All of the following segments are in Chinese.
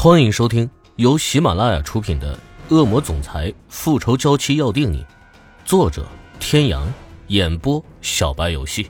欢迎收听由喜马拉雅出品的《恶魔总裁复仇娇妻要定你》，作者天阳，演播小白游戏。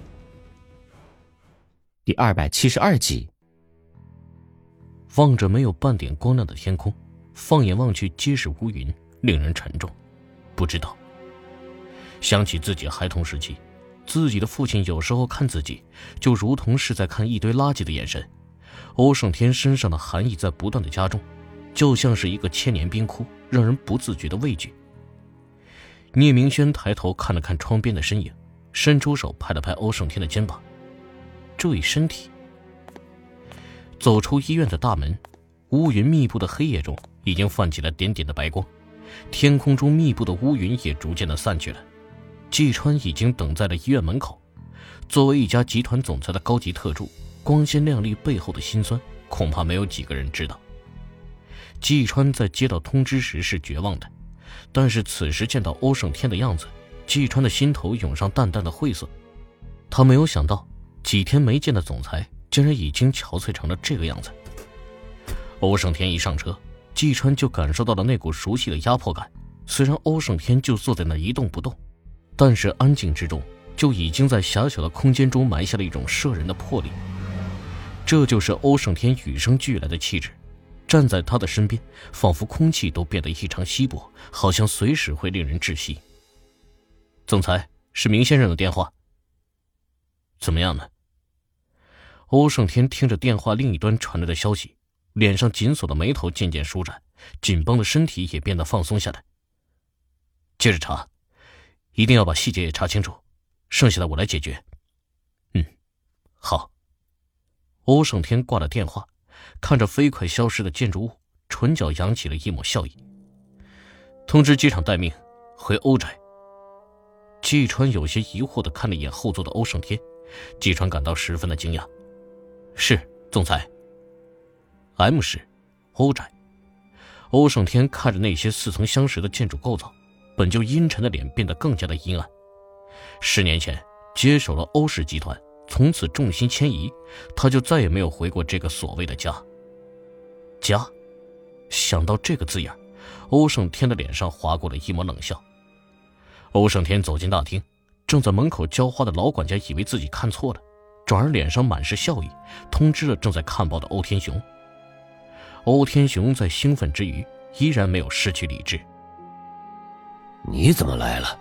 第272集。 望着没有半点光亮的天空，放眼望去皆是乌云，令人沉重。不知道，想起自己孩童时期，自己的父亲有时候看自己就如同是在看一堆垃圾的眼神。欧胜天身上的寒意在不断的加重，就像是一个千年冰窟，让人不自觉的畏惧。聂明轩抬头看了看窗边的身影，伸出手拍了拍欧胜天的肩膀，注意身体。走出医院的大门，乌云密布的黑夜中已经泛起了点点的白光，天空中密布的乌云也逐渐的散去了。季川已经等在了医院门口，作为一家集团总裁的高级特助，光鲜亮丽背后的辛酸恐怕没有几个人知道。季川在接到通知时是绝望的，但是此时见到欧胜天的样子，季川的心头涌上淡淡的晦涩。他没有想到几天没见的总裁竟然已经憔悴成了这个样子。欧胜天一上车，季川就感受到了那股熟悉的压迫感。虽然欧胜天就坐在那一动不动，但是安静之中就已经在狭小的空间中埋下了一种摄人的魄力。这就是欧胜天与生俱来的气质，站在他的身边，仿佛空气都变得异常稀薄，好像随时会令人窒息。总裁，是明先生的电话。怎么样呢？欧胜天听着电话另一端传来的消息，脸上紧锁的眉头渐渐舒展，紧绷的身体也变得放松下来。接着查，一定要把细节也查清楚，剩下的我来解决。好。欧胜天挂了电话，看着飞快消失的建筑物，唇角扬起了一抹笑意。通知机场待命，回欧宅。季川有些疑惑地看了一眼后座的欧胜天，季川感到十分的惊讶。是，总裁。M 市，欧宅。欧胜天看着那些似曾相识的建筑构造，本就阴沉的脸变得更加的阴暗。10年前接手了欧氏集团，从此重心迁移，他就再也没有回过这个所谓的家。家，想到这个字眼，欧胜天的脸上划过了一抹冷笑。欧胜天走进大厅，正在门口浇花的老管家以为自己看错了，转而脸上满是笑意，通知了正在看报的欧天雄。欧天雄在兴奋之余依然没有失去理智。 你怎么来了？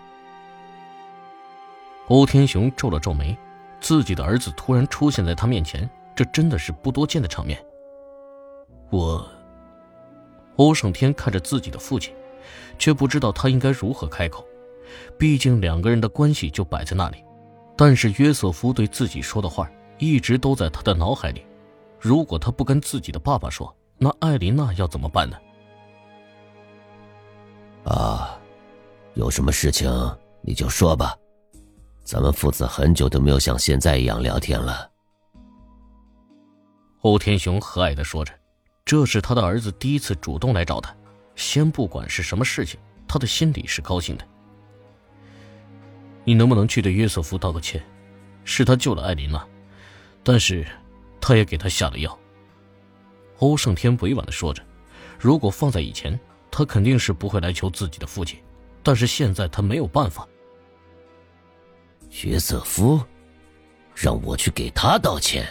欧天雄皱了皱眉，自己的儿子突然出现在他面前，这真的是不多见的场面。欧胜天看着自己的父亲，却不知道他应该如何开口，毕竟两个人的关系就摆在那里。但是约瑟夫对自己说的话一直都在他的脑海里，如果他不跟自己的爸爸说，那艾琳娜要怎么办呢？ 有什么事情你就说吧，咱们父子很久都没有像现在一样聊天了。 欧天雄和蔼地说着，这是他的儿子第一次主动来找他，先不管是什么事情，他的心里是高兴的。你能不能去对约瑟夫道个歉？是他救了艾琳娜，但是他也给他下了药。欧胜天委婉地说着，如果放在以前，他肯定是不会来求自己的父亲，但是现在他没有办法。 约瑟夫，让我去给他道歉？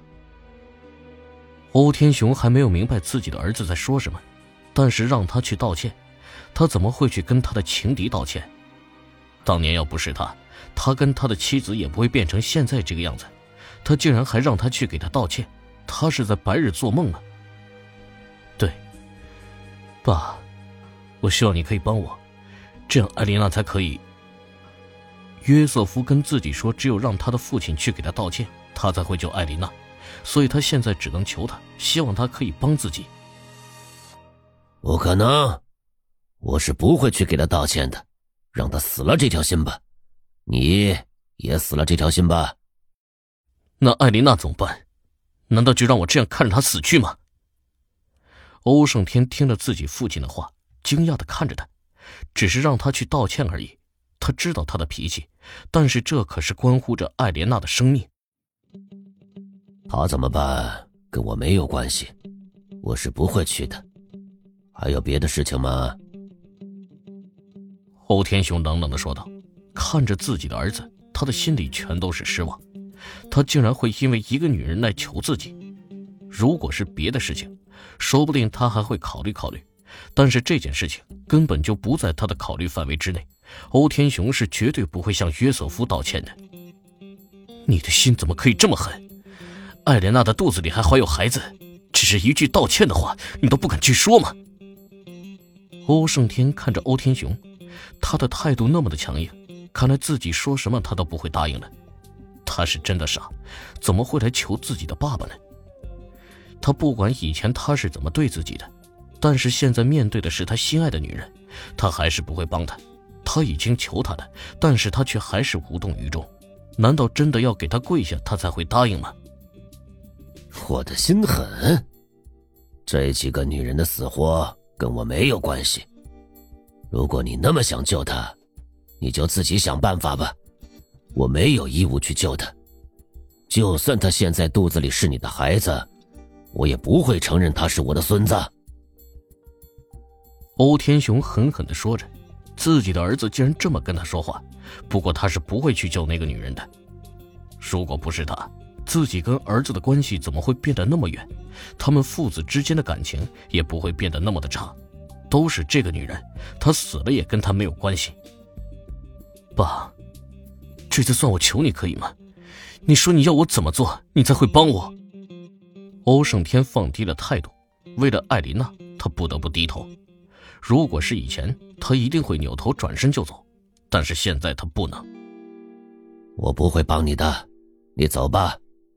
欧天雄还没有明白自己的儿子在说什么，但是让他去道歉，他怎么会去跟他的情敌道歉？当年要不是他跟他的妻子也不会变成现在这个样子，他竟然还让他去给他道歉，他是在白日做梦啊。对，爸，我希望你可以帮我，这样艾琳娜才可以。约瑟夫跟自己说，只有让他的父亲去给他道歉，他才会救艾琳娜，所以他现在只能求他，希望他可以帮自己。 不可能，我是不会去给他道歉的，让他死了这条心吧。你也死了这条心吧。 那艾琳娜怎么办？难道就让我这样看着她死去吗？欧胜天听了自己父亲的话，惊讶地看着他，只是让他去道歉而已。他知道他的脾气，但是这可是关乎着艾莲娜的生命。 他怎么办跟我没有关系， 我是不会去的。还有别的事情吗？ 欧天雄冷冷地说道，看着自己的儿子，他的心里全都是失望。他竟然会因为一个女人来求自己。如果是别的事情，说不定他还会考虑考虑，但是这件事情根本就不在他的考虑范围之内。欧天雄是绝对不会向约瑟夫道歉的。你的心怎么可以这么狠？艾莲娜的肚子里还怀有孩子，只是一句道歉的话你都不敢去说吗？欧胜天看着欧天雄，他的态度那么的强硬，看来自己说什么他都不会答应了。他是真的傻，怎么会来求自己的爸爸呢？他不管以前他是怎么对自己的，但是现在面对的是他心爱的女人，他还是不会帮他。他已经求他了，但是他却还是无动于衷。难道真的要给他跪下他才会答应吗？ 我的心狠，这几个女人的死活跟我没有关系。如果你那么想救她，你就自己想办法吧，我没有义务去救她。就算她现在肚子里是你的孩子，我也不会承认她是我的孙子。 欧天雄狠狠地说着，自己的儿子竟然这么跟他说话，不过他是不会去救那个女人的。如果不是他，自己跟儿子的关系怎么会变得那么远？他们父子之间的感情也不会变得那么的差。都是这个女人，她死了也跟他没有关系。爸，这次算我求你可以吗？你说你要我怎么做你才会帮我？欧胜天放低了态度，为了艾琳娜他不得不低头。如果是以前，他一定会扭头转身就走，但是现在他不能。 我不会帮你的，你走吧。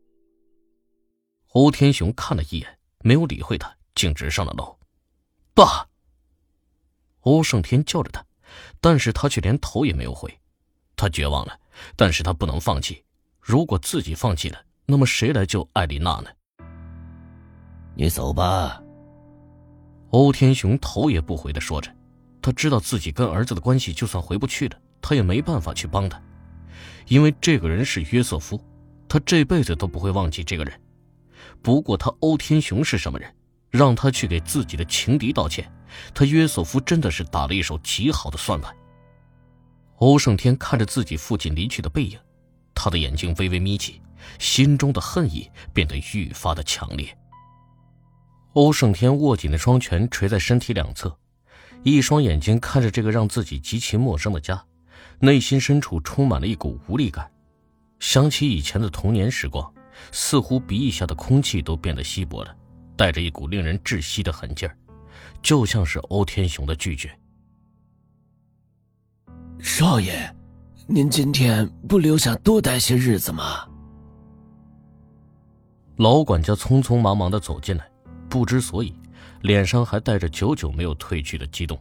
欧天雄看了一眼，没有理会他，径直上了楼。爸！欧胜天叫着他，但是他却连头也没有回。他绝望了，但是他不能放弃。如果自己放弃了，那么谁来救艾琳娜呢？ 你走吧。 欧天雄头也不回地说着，他知道自己跟儿子的关系就算回不去了，他也没办法去帮他，因为这个人是约瑟夫，他这辈子都不会忘记这个人。不过他欧天雄是什么人，让他去给自己的情敌道歉？他约瑟夫真的是打了一手极好的算盘。欧胜天看着自己父亲离去的背影，他的眼睛微微眯起，心中的恨意变得愈发的强烈。欧胜天握紧的双拳垂在身体两侧，一双眼睛看着这个让自己极其陌生的家，内心深处充满了一股无力感。想起以前的童年时光，似乎鼻翼下的空气都变得稀薄了，带着一股令人窒息的狠劲儿，就像是欧天雄的拒绝。 少爷，您今天不留下多待些日子吗？ 老管家匆匆忙忙地走进来，不知所以，脸上还带着久久没有褪去的激动。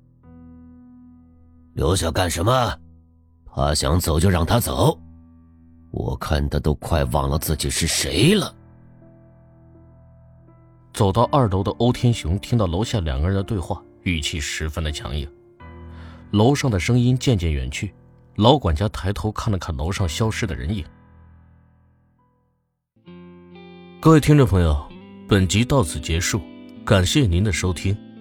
留下干什么？他想走就让他走，我看他都快忘了自己是谁了。 走到2楼的欧天雄听到楼下2个人的对话，语气十分的强硬。楼上的声音渐渐远去，老管家抬头看了看楼上消失的人影。各位听众朋友，本集到此结束，感谢您的收听。